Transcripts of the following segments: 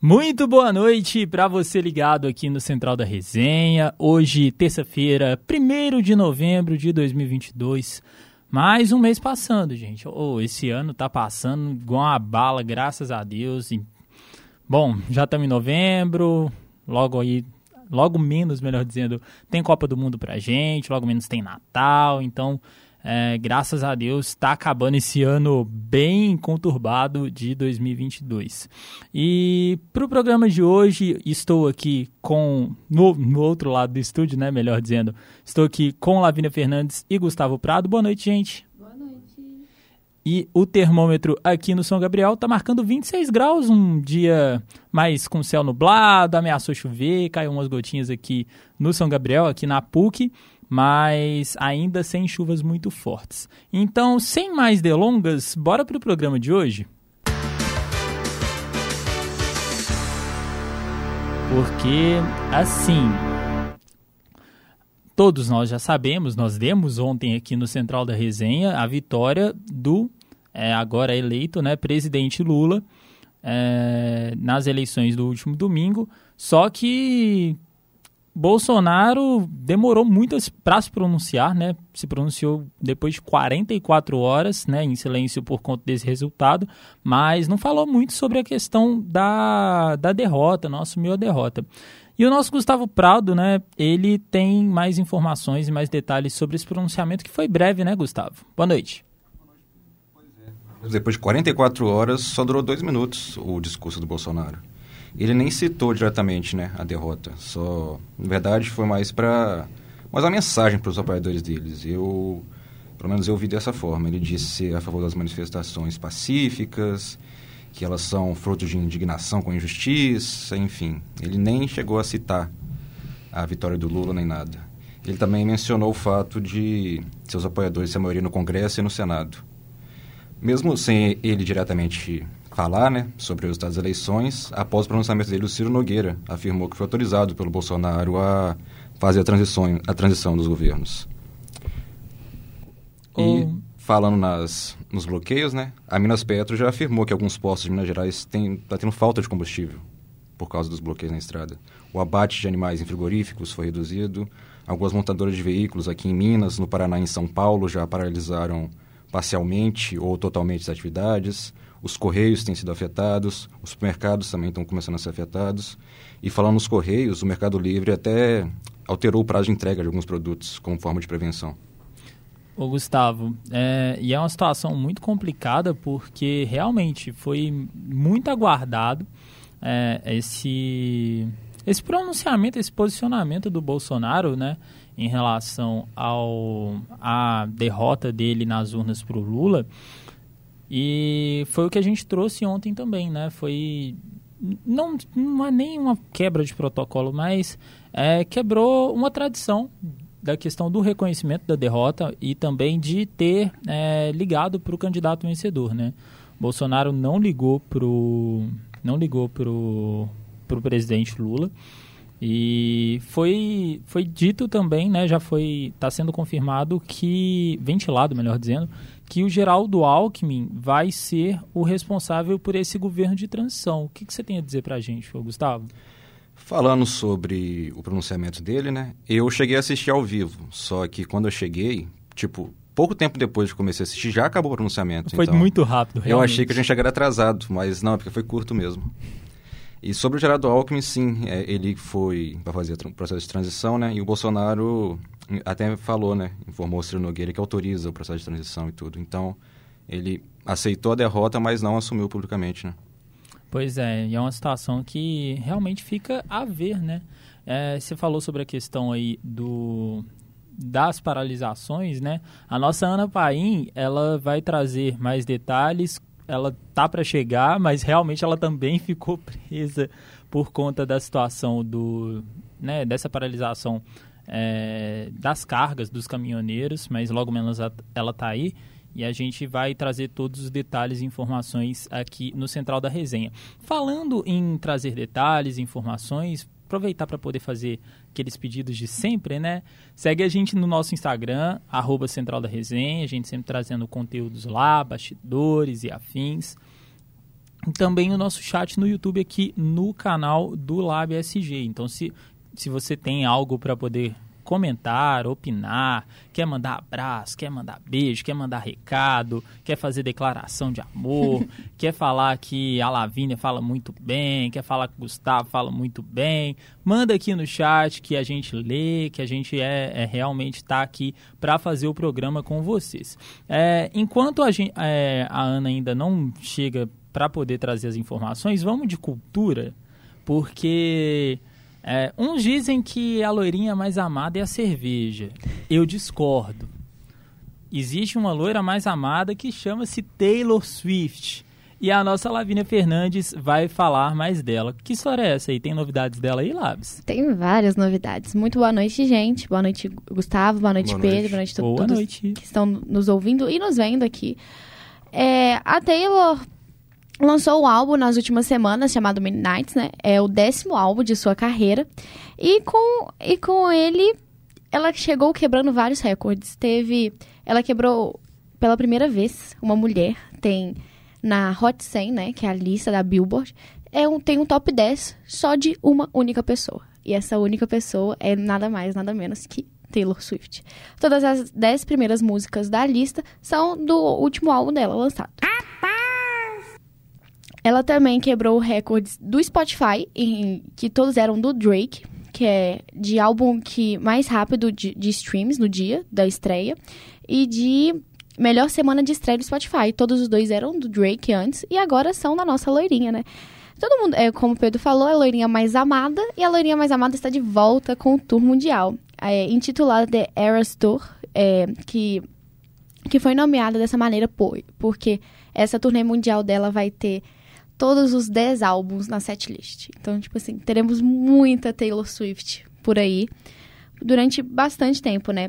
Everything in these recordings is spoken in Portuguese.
Muito boa noite para você ligado aqui no Central da Resenha. Hoje, terça-feira, 1º de novembro de 2022. Mais um mês passando, gente. Esse ano tá passando igual uma bala, graças a Deus. Bom, já estamos em novembro, logo menos, melhor dizendo, tem Copa do Mundo pra gente, logo menos tem Natal, então... graças a Deus, está acabando esse ano bem conturbado de 2022. E para o programa de hoje, estou aqui no outro lado do estúdio, né, melhor dizendo, estou aqui com Lavínia Fernandes e Gustavo Prado. Boa noite, gente. Boa noite. E o termômetro aqui no São Gabriel está marcando 26 graus, um dia mais com céu nublado, ameaçou chover, caiu umas gotinhas aqui no São Gabriel, aqui na PUC, mas ainda sem chuvas muito fortes. Então, sem mais delongas, bora para o programa de hoje? Porque, assim, todos nós já sabemos, nós demos ontem aqui no Central da Resenha a vitória do agora eleito, né, presidente Lula nas eleições do último domingo, só que Bolsonaro demorou muito para se pronunciar, né? Se pronunciou depois de 44 horas, né, em silêncio por conta desse resultado, mas não falou muito sobre a questão da derrota, não assumiu a derrota. E o nosso Gustavo Prado, né, ele tem mais informações e mais detalhes sobre esse pronunciamento, que foi breve, né, Gustavo? Boa noite. Depois de 44 horas, só durou 2 minutos o discurso do Bolsonaro. Ele nem citou diretamente, né, a derrota. Só, na verdade, foi mais uma mensagem para os apoiadores deles. Pelo menos eu vi dessa forma. Ele disse ser a favor das manifestações pacíficas, que elas são fruto de indignação com a injustiça, enfim. Ele nem chegou a citar a vitória do Lula nem nada. Ele também mencionou o fato de seus apoiadores ser a maioria no Congresso e no Senado. Mesmo sem ele diretamente falar, né, sobre o resultado das eleições, após o pronunciamento dele, o Ciro Nogueira afirmou que foi autorizado pelo Bolsonaro a fazer a transição dos governos. E falando nos bloqueios, né, a Minas Petro já afirmou que alguns postos de Minas Gerais está tendo falta de combustível por causa dos bloqueios na estrada. O abate de animais em frigoríficos foi reduzido. Algumas montadoras de veículos aqui em Minas, no Paraná e em São Paulo já paralisaram parcialmente ou totalmente as atividades. Os Correios têm sido afetados, os supermercados também estão começando a ser afetados. E falando nos Correios, o Mercado Livre até alterou o prazo de entrega de alguns produtos como forma de prevenção. Ô Gustavo, e é uma situação muito complicada porque realmente foi muito aguardado esse pronunciamento, esse posicionamento do Bolsonaro, né, em relação à derrota dele nas urnas para o Lula. E foi o que a gente trouxe ontem também, né? Não é nem uma quebra de protocolo, mas quebrou uma tradição da questão do reconhecimento da derrota e também de ter ligado para o candidato vencedor, né? Bolsonaro não ligou pro presidente Lula. E foi dito também, né, está sendo confirmado ventilado, melhor dizendo, que o Geraldo Alckmin vai ser o responsável por esse governo de transição. O que você tem a dizer para a gente, Gustavo? Falando sobre o pronunciamento dele, né, eu cheguei a assistir ao vivo, só que quando eu cheguei, pouco tempo depois de comecei a assistir, já acabou o pronunciamento. Foi então, muito rápido, realmente. Eu achei que a gente chegaria atrasado, mas não, porque foi curto mesmo. E sobre o Geraldo Alckmin, sim, ele foi para fazer o processo de transição, né? E o Bolsonaro até falou, né? Informou o Ciro Nogueira que autoriza o processo de transição e tudo. Então, ele aceitou a derrota, mas não assumiu publicamente, né? Pois é, e é uma situação que realmente fica a ver, né? Você falou sobre a questão aí das paralisações, né? A nossa Ana Paim, ela vai trazer mais detalhes. Ela tá para chegar, mas realmente ela também ficou presa por conta da situação dessa paralisação das cargas dos caminhoneiros, mas logo menos ela tá aí e a gente vai trazer todos os detalhes e informações aqui no Central da Resenha. Falando em trazer detalhes e informações, aproveitar para poder fazer aqueles pedidos de sempre, né? Segue a gente no nosso Instagram, @Central da Resenha, a gente sempre trazendo conteúdos lá, bastidores e afins. também o nosso chat no YouTube aqui no canal do Lab SG. Então, se você tem algo para poder comentar, opinar, quer mandar abraço, quer mandar beijo, quer mandar recado, quer fazer declaração de amor, quer falar que a Lavínia fala muito bem, quer falar que o Gustavo fala muito bem, manda aqui no chat que a gente lê, que a gente realmente está aqui para fazer o programa com vocês. Enquanto a Ana ainda não chega para poder trazer as informações, vamos de cultura, porque uns dizem que a loirinha mais amada é a cerveja. Eu discordo. Existe uma loira mais amada que chama-se Taylor Swift. E a nossa Lavínia Fernandes vai falar mais dela. Que história é essa aí? Tem novidades dela aí, Labs? Tem várias novidades. Muito boa noite, gente. Boa noite, Gustavo. Boa noite, Pedro. Boa noite a todos que estão nos ouvindo e nos vendo aqui. A Taylor lançou um álbum nas últimas semanas chamado Midnights, né? É o 10º álbum de sua carreira. E com ele, ela chegou quebrando vários recordes. Ela quebrou, pela primeira vez, uma mulher. Tem na Hot 100, né? Que é a lista da Billboard. Tem um top 10 só de uma única pessoa. E essa única pessoa é nada mais, nada menos que Taylor Swift. Todas as 10 primeiras músicas da lista são do último álbum dela lançado. Ela também quebrou recordes do Spotify, que todos eram do Drake, que é de álbum mais rápido de streams no dia da estreia, e de melhor semana de estreia do Spotify. Todos os dois eram do Drake antes, e agora são da nossa loirinha, né? Todo mundo, como o Pedro falou, a loirinha mais amada, e a loirinha mais amada está de volta com o tour mundial, intitulada The Eras Tour, que foi nomeada dessa maneira porque essa turnê mundial dela vai ter todos os 10 álbuns na setlist. Então, tipo assim, teremos muita Taylor Swift por aí durante bastante tempo, né?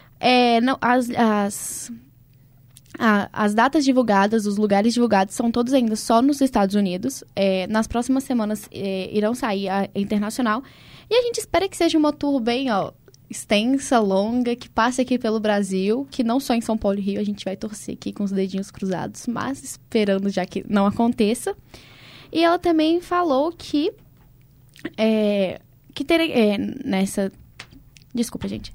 As datas divulgadas, os lugares divulgados são todos ainda só nos Estados Unidos. Nas próximas semanas irão sair a internacional. E a gente espera que seja uma tour bem, extensa, longa, que passe aqui pelo Brasil, que não só em São Paulo e Rio, a gente vai torcer aqui com os dedinhos cruzados, mas esperando já que não aconteça. E ela também falou que nessa... Desculpa, gente.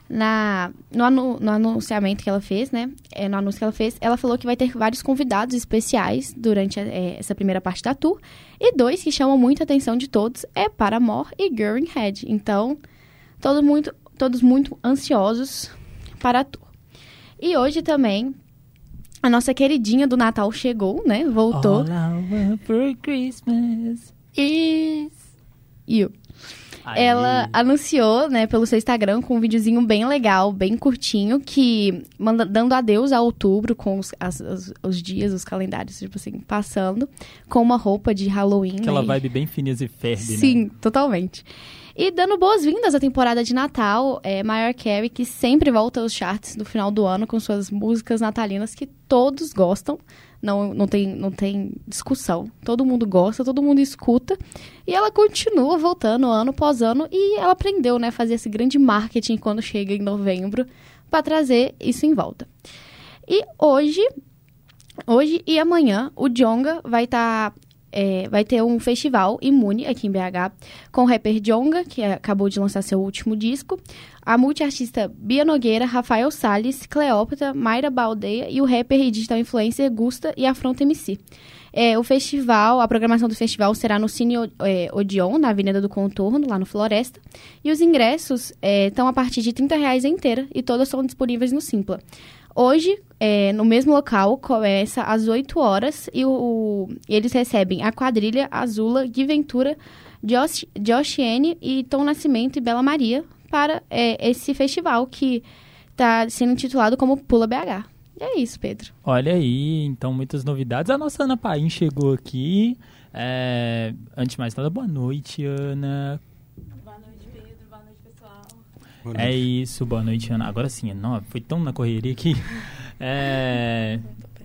No anunciamento que ela fez, né? No anúncio que ela fez, ela falou que vai ter vários convidados especiais durante essa primeira parte da tour. E 2 que chamam muita atenção de todos é Paramore e Girl in Red. Então, todos muito ansiosos para a tour. E hoje também, a nossa queridinha do Natal chegou, né? Voltou. All I want for Christmas is you. Ela anunciou, né, pelo seu Instagram com um videozinho bem legal, bem curtinho, dando adeus a outubro com os dias, os calendários, tipo assim, passando, com uma roupa de Halloween. Aquela vibe bem Phineas e Ferb, né? Sim, totalmente. E dando boas-vindas à temporada de Natal, Mariah Carey, que sempre volta aos charts no final do ano com suas músicas natalinas que todos gostam. Não tem discussão. Todo mundo gosta, todo mundo escuta. E ela continua voltando ano após ano. E ela aprendeu, né, fazer esse grande marketing quando chega em novembro para trazer isso em volta. E hoje e amanhã, o Djonga vai ter um festival Imune aqui em BH com o rapper Djonga, que acabou de lançar seu último disco, a multiartista Bia Nogueira, Rafael Salles, Cleópatra, Mayra Baldeia e o rapper e digital influencer Gusta e Afronta MC. A programação do festival será no Cine Odeon, na Avenida do Contorno, lá no Floresta, e os ingressos estão a partir de R$30 a inteira e todas são disponíveis no Simpla. Hoje, no mesmo local, começa às 8 horas e eles recebem a quadrilha Azula, Gui Ventura, Josh N e Tom Nascimento e Bela Maria para esse festival que está sendo intitulado como Pula BH. E é isso, Pedro. Olha aí, então muitas novidades. A nossa Ana Paim chegou aqui. Antes de mais nada, boa noite, Ana. Boa noite, Pedro. Boa noite, pessoal. Boa noite. É isso, boa noite, Ana. Agora sim, não, foi tão na correria que...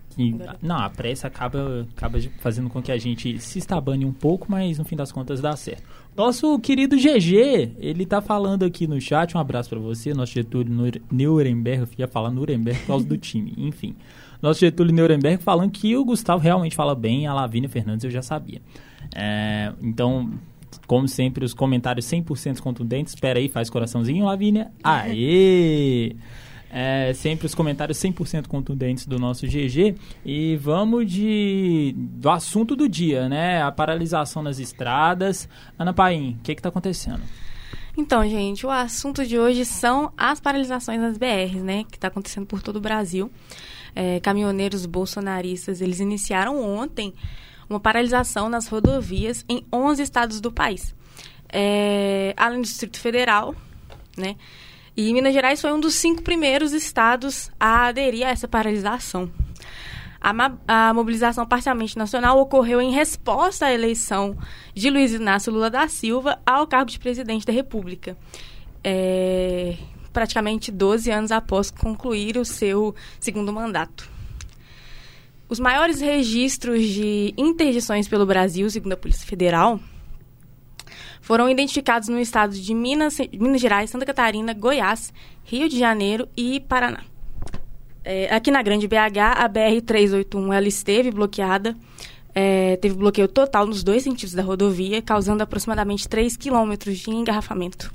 A pressa acaba fazendo com que a gente se estabane um pouco, mas no fim das contas dá certo. Nosso querido GG, ele tá falando aqui no chat, um abraço pra você, nosso Getúlio Nuremberg, eu ia falar Nuremberg por causa do time, enfim. Nosso Getúlio Nuremberg falando que o Gustavo realmente fala bem, a Lavínia Fernandes eu já sabia. Então, como sempre, os comentários 100% contundentes. Espera aí, faz coraçãozinho, Lavínia. Aê! Sempre os comentários 100% contundentes do nosso GG. E vamos do assunto do dia, né? A paralisação nas estradas. Ana Paim, o que está acontecendo? Então, gente, o assunto de hoje são as paralisações nas BRs, né? Que está acontecendo por todo o Brasil. Caminhoneiros bolsonaristas, eles iniciaram ontem uma paralisação nas rodovias em 11 estados do país. Além do Distrito Federal, né? E Minas Gerais foi um dos 5 primeiros estados a aderir a essa paralisação. A mobilização parcialmente nacional ocorreu em resposta à eleição de Luiz Inácio Lula da Silva ao cargo de presidente da República. Praticamente 12 anos após concluir o seu segundo mandato. Os maiores registros de interdições pelo Brasil, segundo a Polícia Federal, foram identificados no estado de Minas Gerais, Santa Catarina, Goiás, Rio de Janeiro e Paraná. Aqui na Grande BH, a BR-381 ela esteve bloqueada, teve bloqueio total nos 2 sentidos da rodovia, causando aproximadamente 3 quilômetros de engarrafamento.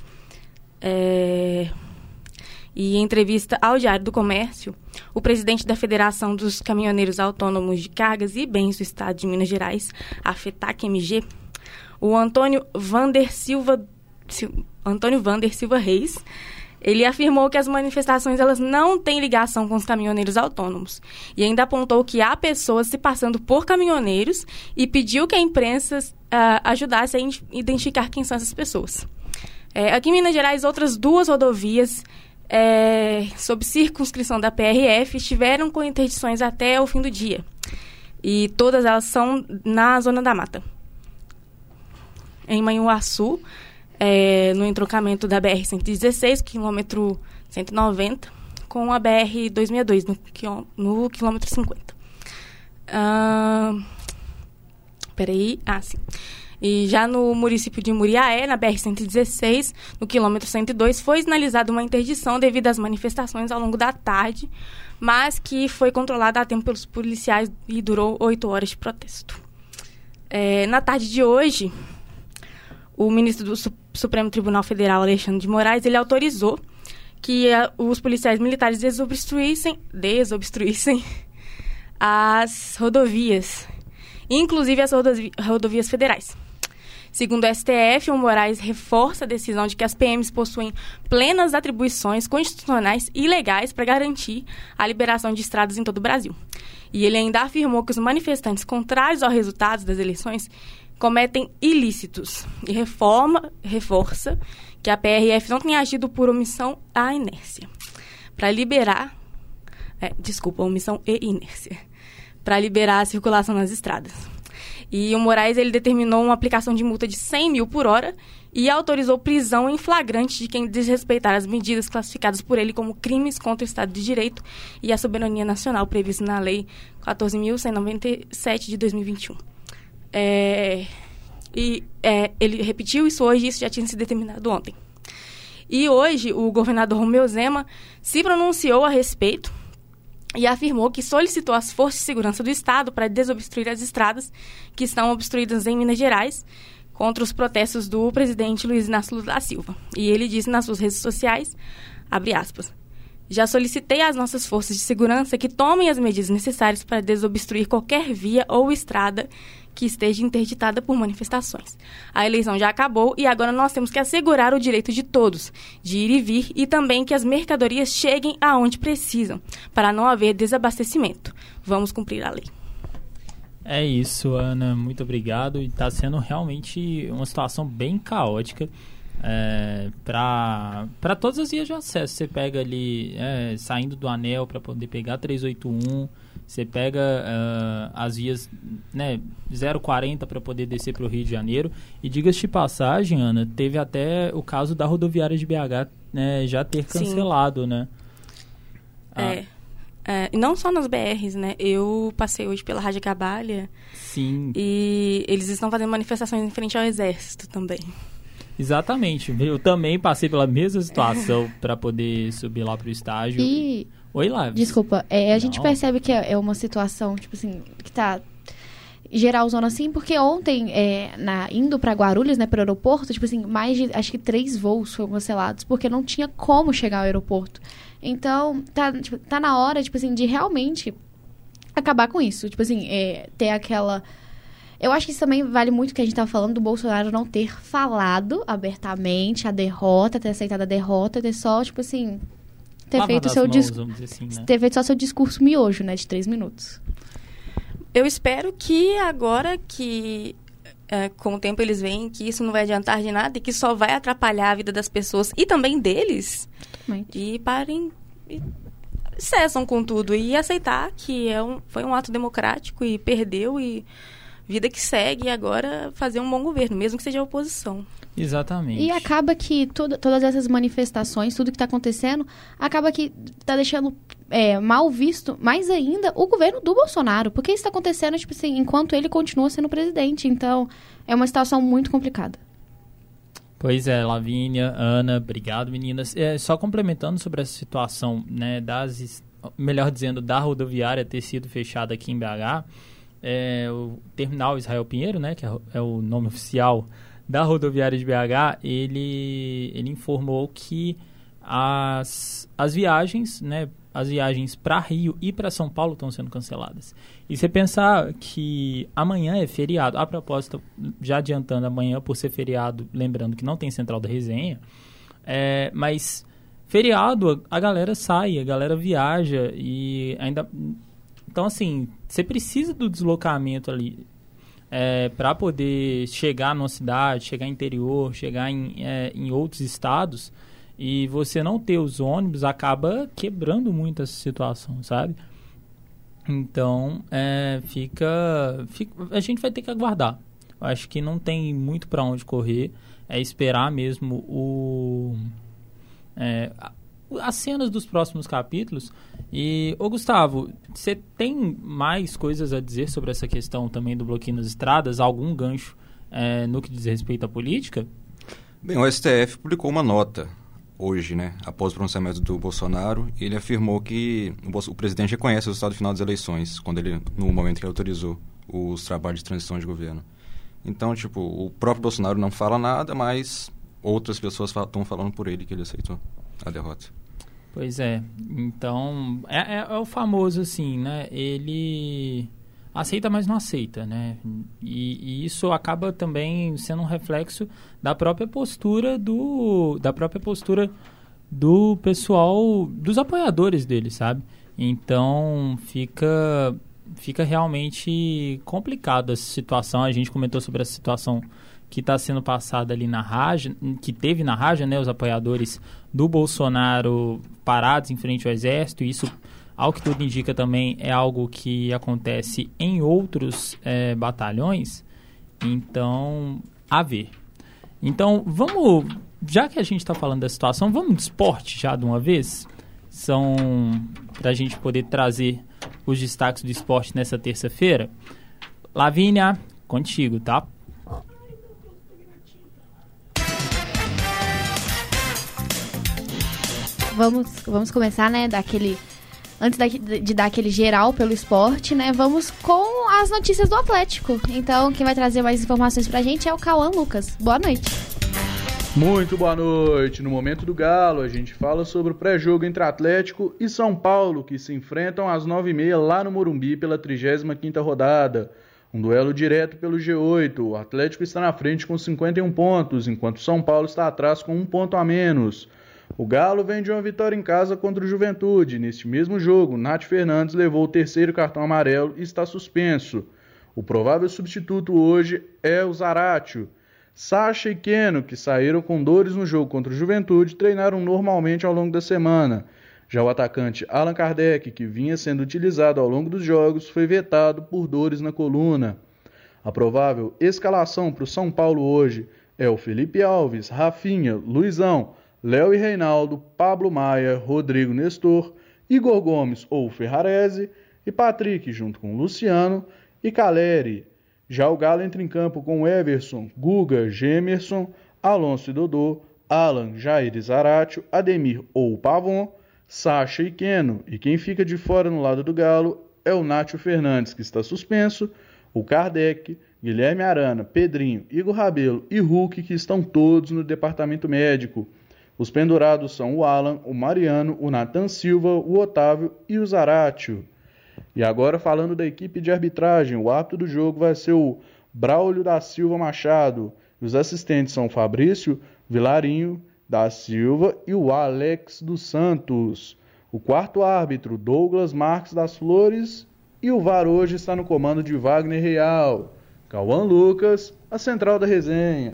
E em entrevista ao Diário do Comércio, o presidente da Federação dos Caminhoneiros Autônomos de Cargas e Bens do Estado de Minas Gerais, a FETAC-MG, o Antônio Vander Silva Reis, ele afirmou que as manifestações elas não têm ligação com os caminhoneiros autônomos e ainda apontou que há pessoas se passando por caminhoneiros e pediu que a imprensa ajudasse a identificar quem são essas pessoas. Aqui em Minas Gerais, outras 2 rodovias sob circunscrição da PRF estiveram com interdições até o fim do dia. E todas elas são na Zona da Mata. Em Manhuaçu, no entroncamento da BR-116, quilômetro 190, com a BR-262, no quilômetro 50. Sim. E já no município de Muriaé, na BR-116, no quilômetro 102, foi sinalizada uma interdição devido às manifestações ao longo da tarde, mas que foi controlada a tempo pelos policiais e durou 8 horas de protesto. Na tarde de hoje, o ministro do Supremo Tribunal Federal, Alexandre de Moraes, ele autorizou que os policiais militares desobstruíssem as rodovias, inclusive as rodovias federais. Segundo o STF, o Moraes reforça a decisão de que as PMs possuem plenas atribuições constitucionais e legais para garantir a liberação de estradas em todo o Brasil. E ele ainda afirmou que os manifestantes contrários aos resultados das eleições cometem ilícitos e reforça que a PRF não tem agido por omissão à inércia. Omissão e inércia. Para liberar a circulação nas estradas. E o Moraes ele determinou uma aplicação de multa de 100 mil por hora e autorizou prisão em flagrante de quem desrespeitar as medidas classificadas por ele como crimes contra o Estado de Direito e a soberania nacional previsto na Lei 14.197 de 2021. Ele repetiu isso hoje, isso já tinha sido determinado ontem. E hoje o governador Romeu Zema se pronunciou a respeito e afirmou que solicitou às forças de segurança do Estado para desobstruir as estradas que estão obstruídas em Minas Gerais contra os protestos do presidente Luiz Inácio Lula da Silva. E ele disse nas suas redes sociais, abre aspas, já solicitei às nossas forças de segurança que tomem as medidas necessárias para desobstruir qualquer via ou estrada que esteja interditada por manifestações. A eleição já acabou e agora nós temos que assegurar o direito de todos de ir e vir e também que as mercadorias cheguem aonde precisam, para não haver desabastecimento. Vamos cumprir a lei. É isso, Ana. Muito obrigado. E está sendo realmente uma situação bem caótica para todas as vias de acesso. Você pega ali, saindo do anel para poder pegar 381, você pega as vias 040 para poder descer para o Rio de Janeiro. E diga-se de passagem, Ana, teve até o caso da rodoviária de BH já ter cancelado, né? E não só nas BRs, né? Eu passei hoje pela Rádio Cabalha. Sim. E eles estão fazendo manifestações em frente ao Exército também. Exatamente. Eu também passei pela mesma situação para poder subir lá pro estágio. Oi, Lavis. Desculpa, a gente percebe que é uma situação, tipo assim, que tá geralzona assim, porque ontem, indo pra Guarulhos, né, pro aeroporto, tipo assim, mais de, acho que 3 voos foram cancelados, porque não tinha como chegar ao aeroporto. Então, tá na hora, tipo assim, de realmente acabar com isso. Tipo assim, ter aquela... Eu acho que isso também vale muito o que a gente tava falando do Bolsonaro não ter falado abertamente a derrota, ter aceitado a derrota, ter só, tipo assim, ter feito seu discurso, assim, né? Ter feito só seu discurso miojo, né, de 3 minutos. Eu espero que agora que, com o tempo, eles veem que isso não vai adiantar de nada e que só vai atrapalhar a vida das pessoas e também deles. Totalmente. E parem, e cessam com tudo e aceitar que foi um ato democrático e perdeu e vida que segue, e agora fazer um bom governo, mesmo que seja a oposição. Exatamente. E acaba que todas essas manifestações, tudo que está acontecendo, acaba que está deixando mal visto, mais ainda, o governo do Bolsonaro. Porque isso está acontecendo, tipo assim, enquanto ele continua sendo presidente. Então, é uma situação muito complicada. Pois é, Lavínia, Ana, obrigado, meninas. Só complementando sobre essa situação, né, melhor dizendo, da rodoviária ter sido fechada aqui em BH, o terminal Israel Pinheiro, né, que é o nome oficial da rodoviária de BH, ele informou que as viagens, né, as viagens para Rio e para São Paulo estão sendo canceladas. E você pensar que amanhã é feriado, a propósito, já adiantando amanhã por ser feriado, lembrando que não tem Central da Resenha, mas feriado a galera sai, a galera viaja e ainda... Então, assim, você precisa do deslocamento ali para poder chegar numa cidade, chegar no interior, chegar em outros estados, e você não ter os ônibus acaba quebrando muito essa situação, sabe? Então, a gente vai ter que aguardar. Eu acho que não tem muito para onde correr, esperar mesmo as cenas dos próximos capítulos. E, Gustavo, você tem mais coisas a dizer sobre essa questão também do bloqueio nas estradas? Algum gancho no que diz respeito à política? Bem, o STF publicou uma nota hoje, né, após o pronunciamento do Bolsonaro. Ele afirmou que o presidente reconhece o resultado final das eleições, no momento que ele autorizou os trabalhos de transição de governo. Então, tipo, o próprio Bolsonaro não fala nada, mas outras pessoas estão falando por ele que ele aceitou a derrota. Pois é. Então, é o famoso assim, né? Ele aceita, mas não aceita, né? E isso acaba também sendo um reflexo da própria postura do pessoal, dos apoiadores dele, sabe? Então, fica realmente complicado essa situação. A gente comentou sobre essa situação que está sendo passada ali na Raja, que teve na Raja, né, os apoiadores do Bolsonaro parados em frente ao Exército. Isso, ao que tudo indica, também é algo que acontece em outros batalhões. Então, a ver. Então, vamos, já que a gente está falando da situação, vamos de esporte já de uma vez? Para a gente poder trazer os destaques do esporte nessa terça-feira. Lavínia, contigo, tá? Vamos começar, né, antes de dar aquele geral pelo esporte, né, vamos com as notícias do Atlético. Então, quem vai trazer mais informações pra gente é o Cauã Lucas. Boa noite. Muito boa noite. No Momento do Galo, a gente fala sobre o pré-jogo entre Atlético e São Paulo, que se enfrentam às 9h30 lá no Morumbi pela 35ª rodada. Um duelo direto pelo G8. O Atlético está na frente com 51 pontos, enquanto o São Paulo está atrás com 1 ponto a menos. O Galo vem de uma vitória em casa contra o Juventude. Neste mesmo jogo, Nath Fernandes levou o 3º cartão amarelo e está suspenso. O provável substituto hoje é o Zaratio. Sacha e Keno, que saíram com dores no jogo contra o Juventude, treinaram normalmente ao longo da semana. Já o atacante Allan Kardec, que vinha sendo utilizado ao longo dos jogos, foi vetado por dores na coluna. A provável escalação para o São Paulo hoje é o Felipe Alves, Rafinha, Luizão, Léo e Reinaldo, Pablo Maia, Rodrigo Nestor, Igor Gomes ou Ferrarese e Patrick junto com Luciano e Caleri. Já o Galo entra em campo com Everson, Guga, Gemerson, Alonso e Dodô, Alan, Jair e Zaratio, Ademir ou Pavon, Sacha e Keno. E quem fica de fora no lado do Galo é o Nátio Fernandes, que está suspenso, o Kardec, Guilherme Arana, Pedrinho, Igor Rabelo e Hulk, que estão todos no departamento médico. Os pendurados são o Alan, o Mariano, o Nathan Silva, o Otávio e o Zaratio. E agora falando da equipe de arbitragem, o árbitro do jogo vai ser o Braulio da Silva Machado. Os assistentes são o Fabrício Vilarinho da Silva e o Alex dos Santos. O quarto árbitro, Douglas Marques das Flores. E o VAR hoje está no comando de Wagner Real. Cauã Lucas, a central da resenha.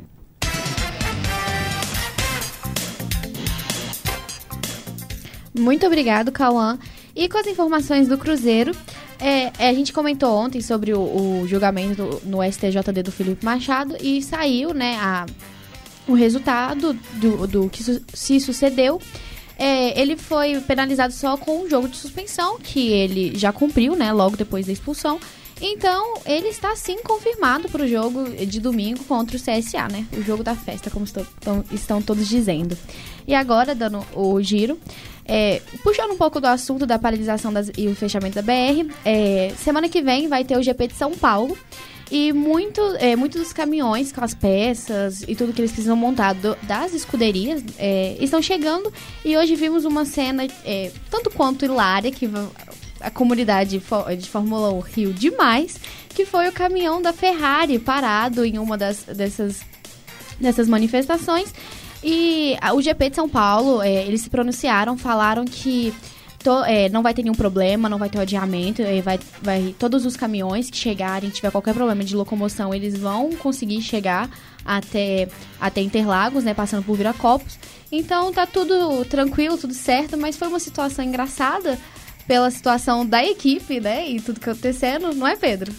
Muito obrigado, Cauã. E com as informações do Cruzeiro, a gente comentou ontem sobre o julgamento no STJD do Felipe Machado e saiu, né, o resultado do que se sucedeu. Ele foi penalizado só com um jogo de suspensão, que ele já cumpriu, né, logo depois da expulsão. Então, ele está sim confirmado para o jogo de domingo contra o CSA, né? O jogo da festa, como estão todos dizendo. E agora, dando o giro, puxando um pouco do assunto da paralisação e o fechamento da BR, semana que vem vai ter o GP de São Paulo. E muitos dos caminhões com as peças e tudo que eles precisam montar das escuderias estão chegando. E hoje vimos uma cena tanto quanto hilária, que a comunidade de Fórmula 1 riu demais, que foi o caminhão da Ferrari parado em uma dessas manifestações. E o GP de São Paulo, eles se pronunciaram, falaram que não vai ter nenhum problema, não vai ter adiamento, todos os caminhões que chegarem, tiver qualquer problema de locomoção, eles vão conseguir chegar até Interlagos, né, passando por Viracopos. Então tá tudo tranquilo, tudo certo, mas foi uma situação engraçada pela situação da equipe, né, e tudo que acontecendo, não é, Pedro?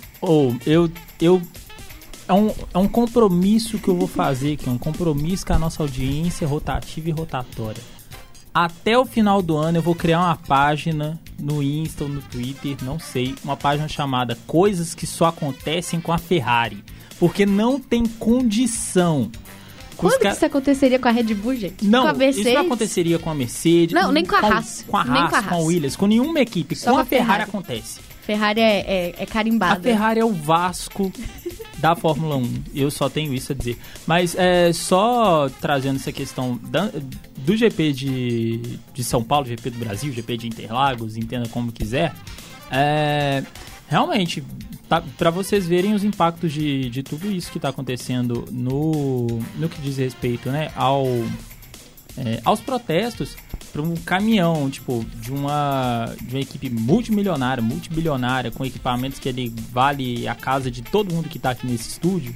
É um compromisso que eu vou fazer, que é um compromisso com a nossa audiência rotativa e rotatória. Até o final do ano eu vou criar uma página no Insta ou no Twitter, não sei, uma página chamada Coisas que Só Acontecem com a Ferrari, porque não tem condição. Quando que isso aconteceria com a Red Bull, gente? Não, com a Mercedes? Isso não aconteceria com a Mercedes. Não, nem com a Haas. Com a Haas, com a Williams, com nenhuma equipe. Só com a Ferrari acontece. Ferrari é carimbada. A Ferrari é o Vasco da Fórmula 1. Eu só tenho isso a dizer. Mas só trazendo essa questão do GP de São Paulo, GP do Brasil, GP de Interlagos, entenda como quiser. Realmente, para vocês verem os impactos de tudo isso que está acontecendo no que diz respeito, né, aos protestos, para um caminhão, tipo, de uma equipe multimilionária, multibilionária, com equipamentos que ele vale a casa de todo mundo que está aqui nesse estúdio,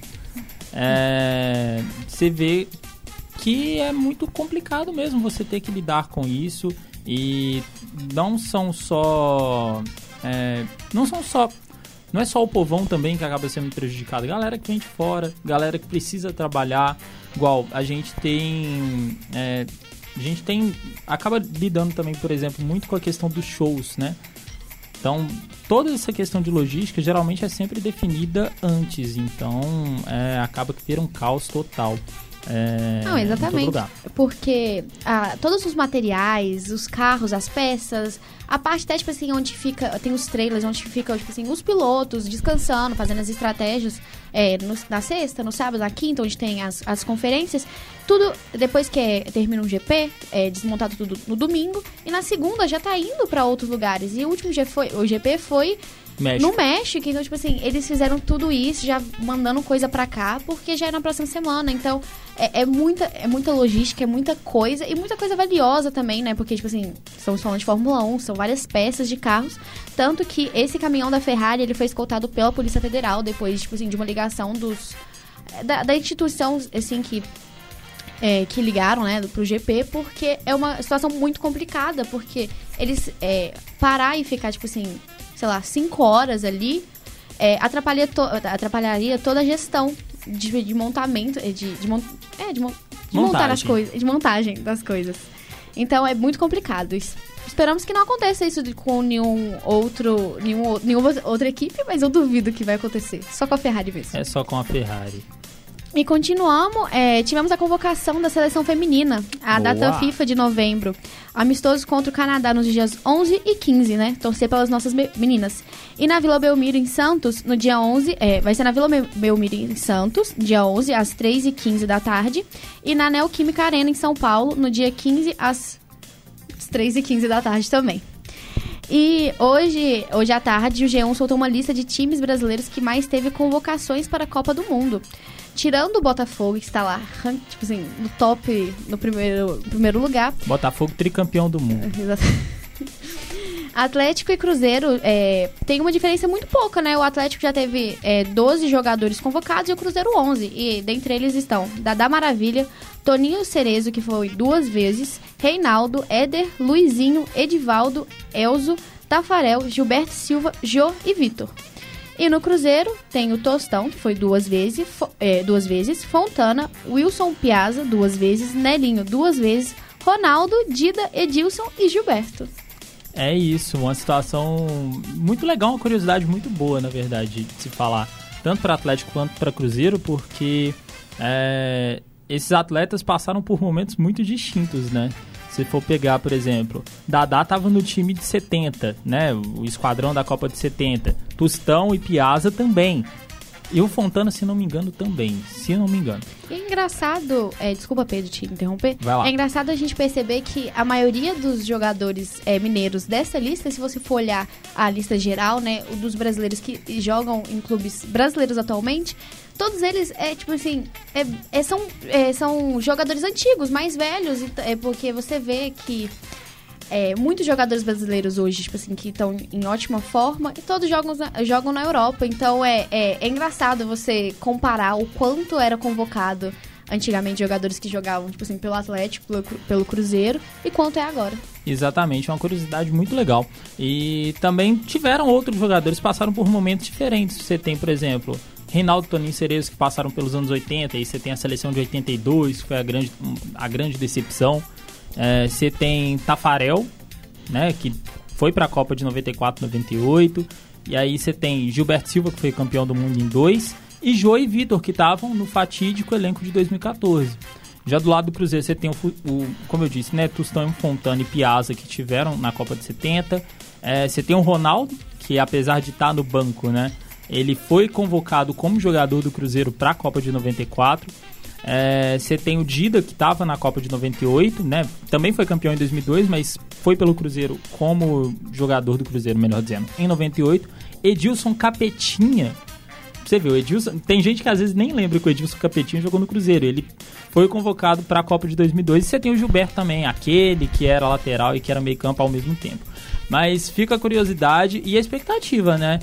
você vê que é muito complicado mesmo você ter que lidar com isso. E não é só o povão também que acaba sendo prejudicado, galera que vem de fora, galera que precisa trabalhar, igual a gente acaba lidando também, por exemplo, muito com a questão dos shows, né? Então, toda essa questão de logística geralmente é sempre definida antes, então acaba que vira um caos total. Não, exatamente, porque todos os materiais, os carros, as peças, a parte até, tipo assim, onde tem os trailers, onde ficam, tipo assim, os pilotos descansando, fazendo as estratégias na sexta, no sábado, na quinta, onde tem as conferências, tudo, depois que termina um GP, é desmontado tudo no domingo, e na segunda já tá indo pra outros lugares, e o último GP foi no México, então, tipo assim, eles fizeram tudo isso, já mandando coisa pra cá, porque já é na próxima semana, então é muita logística, é muita coisa, e muita coisa valiosa também, né, porque, tipo assim, estamos falando de Fórmula 1, são várias peças de carros, tanto que esse caminhão da Ferrari, ele foi escoltado pela Polícia Federal, depois, tipo assim, de uma ligação da instituição, assim, que ligaram, né, pro GP, porque é uma situação muito complicada, porque eles parar e ficar, tipo assim, sei lá, 5 horas ali, atrapalharia toda a gestão de montamento, de montar as coisas, de montagem das coisas. Então é muito complicado isso. esperamos que não aconteça isso com nenhuma outra equipe, mas eu duvido que vai acontecer. Só com a Ferrari mesmo. É só com a Ferrari. E continuamos, tivemos a convocação da seleção feminina, a Boa. data FIFA de novembro. Amistoso contra o Canadá nos dias 11 e 15, né? Torcer pelas nossas meninas. E na Vila Belmiro, em Santos, no dia 11... vai ser na Vila Belmiro, em Santos, dia 11, às 3h15 da tarde. E na Neoquímica Arena, em São Paulo, no dia 15, às 3h15 da tarde também. E hoje à tarde, o G1 soltou uma lista de times brasileiros que mais teve convocações para a Copa do Mundo. Tirando o Botafogo, que está lá, tipo assim, no top, no primeiro lugar. Botafogo tricampeão do mundo. Atlético e Cruzeiro tem uma diferença muito pouca, né? O Atlético já teve 12 jogadores convocados e o Cruzeiro 11. E dentre eles estão Dadá Maravilha, Toninho Cerezo, que foi 2 vezes, Reinaldo, Éder, Luizinho, Edivaldo, Elzo, Tafarel, Gilberto Silva, Jô e Vitor. E no Cruzeiro tem o Tostão, que foi 2 vezes, Fontana, Wilson Piazza, 2 vezes, Nelinho, 2 vezes, Ronaldo, Dida, Edilson e Gilberto. É isso, uma situação muito legal, uma curiosidade muito boa, na verdade, de se falar, tanto para Atlético quanto para Cruzeiro, porque esses atletas passaram por momentos muito distintos, né? Se for pegar, por exemplo, Dadá estava no time de 70, né? O esquadrão da Copa de 70. Tostão e Piazza também. E o Fontana, se não me engano, também. Se não me engano. E é engraçado... desculpa, Pedro, te interromper. Vai lá. É engraçado a gente perceber que a maioria dos jogadores mineiros dessa lista, se você for olhar a lista geral, né? Dos brasileiros que jogam em clubes brasileiros atualmente... Todos eles, tipo assim, são jogadores antigos, mais velhos, porque você vê que muitos jogadores brasileiros hoje, tipo assim, que estão em ótima forma, e todos jogam na Europa. Então é engraçado você comparar o quanto era convocado antigamente jogadores que jogavam, tipo assim, pelo Atlético, pelo Cruzeiro, e quanto é agora. Exatamente, é uma curiosidade muito legal. E também tiveram outros jogadores que passaram por momentos diferentes. Você tem, por exemplo... Reinaldo, Toninho Cerezo, que passaram pelos anos 80, e você tem a seleção de 82, que foi a grande decepção. Você tem Tafarel, né, que foi para a Copa de 94, 98. E aí você tem Gilberto Silva, que foi campeão do mundo em 2. E Jô e Vitor, que estavam no fatídico elenco de 2014. Já do lado do Cruzeiro, você tem como eu disse, né, Tostão, Fontana e Piazza, que tiveram na Copa de 70. Você tem o Ronaldo, que apesar de estar no banco, né, ele foi convocado como jogador do Cruzeiro para a Copa de 94. Você tem o Dida, que estava na Copa de 98, né? Também foi campeão em 2002, mas foi pelo Cruzeiro como jogador do Cruzeiro, melhor dizendo, em 98. Edilson Capetinha. Você viu, o Edilson... Tem gente que às vezes nem lembra que o Edilson Capetinha jogou no Cruzeiro. Ele foi convocado para a Copa de 2002. E você tem o Gilberto também, aquele que era lateral e que era meio campo ao mesmo tempo. Mas fica a curiosidade e a expectativa, né?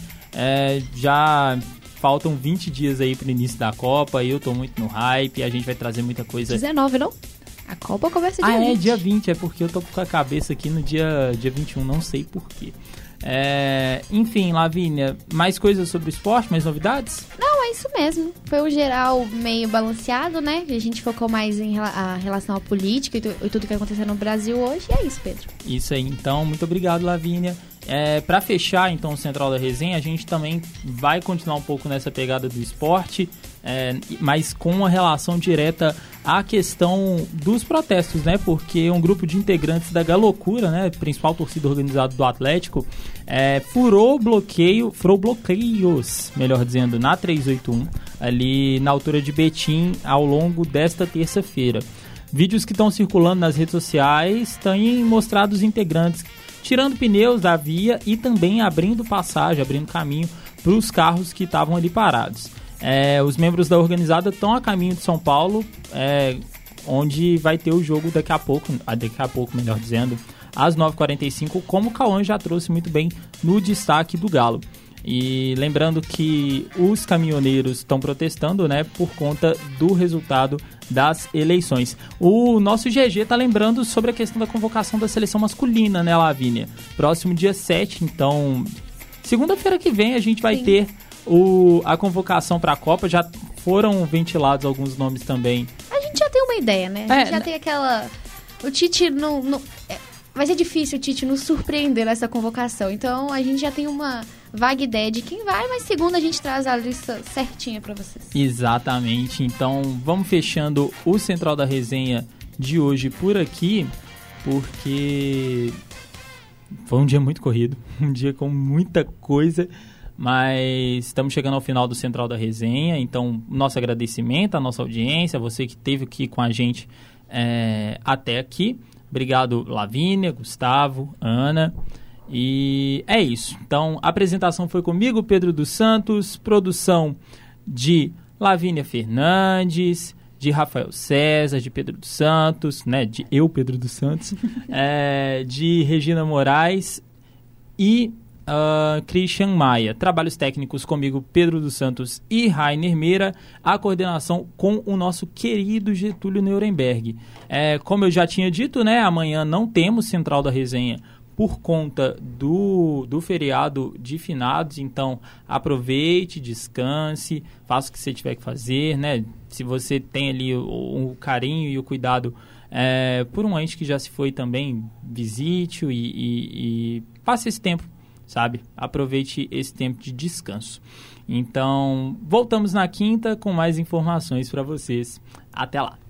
Já faltam 20 dias aí pro início da Copa, eu tô muito no hype, a gente vai trazer muita coisa... 19, não? A Copa começa dia 20. Dia 20, é porque eu tô com a cabeça aqui no dia 21, não sei porquê. Enfim, Lavínia, mais coisas sobre o esporte, mais novidades? Não, é isso mesmo. Foi um geral meio balanceado, né? A gente focou mais em relação à política e tudo que aconteceu no Brasil hoje. E é isso, Pedro. Isso aí, então. Muito obrigado, Lavínia. Para fechar, então, o Central da Resenha, a gente também vai continuar um pouco nessa pegada do esporte, mas com uma relação direta à questão dos protestos, né? Porque um grupo de integrantes da Galocura, né, principal torcida organizada do Atlético, furou bloqueios, melhor dizendo, na 381, ali na altura de Betim, ao longo desta terça-feira. Vídeos que estão circulando nas redes sociais têm mostrado os integrantes tirando pneus da via e também abrindo passagem, abrindo caminho para os carros que estavam ali parados. Os membros da organizada estão a caminho de São Paulo, onde vai ter o jogo daqui a pouco, melhor dizendo, às 9h45, como o Cauã já trouxe muito bem no destaque do Galo. E lembrando que os caminhoneiros estão protestando, né, por conta do resultado das eleições. O nosso GG está lembrando sobre a questão da convocação da seleção masculina, né, Lavínia? Próximo dia 7, então, segunda-feira que vem a gente vai ter a convocação para a Copa. Já foram ventilados alguns nomes também. A gente já tem uma ideia, né? A gente já tem aquela... O Tite não... vai ser difícil o Tite nos surpreender nessa convocação. Então, a gente já tem uma vaga ideia de quem vai, mas segunda a gente traz a lista certinha para vocês. Exatamente. Então, vamos fechando o Central da Resenha de hoje por aqui, porque foi um dia muito corrido, um dia com muita coisa, mas estamos chegando ao final do Central da Resenha. Então, nosso agradecimento à nossa audiência, a você que esteve aqui com a gente até aqui. Obrigado, Lavínia, Gustavo, Ana. E é isso. Então, a apresentação foi comigo, Pedro dos Santos, produção de Lavínia Fernandes, de Rafael César, de Pedro dos Santos, né, de eu, Pedro dos Santos, de Regina Moraes e Christian Maia. Trabalhos técnicos comigo, Pedro dos Santos e Rainer Meira. A coordenação com o nosso querido Getúlio Nuremberg. Como eu já tinha dito, né, amanhã não temos Central da Resenha por conta do feriado de finados, então aproveite, descanse, faça o que você tiver que fazer, né? Se você tem ali o carinho e o cuidado por um ente que já se foi também, visite-o e passe esse tempo, sabe? Aproveite esse tempo de descanso. Então, voltamos na quinta com mais informações para vocês. Até lá!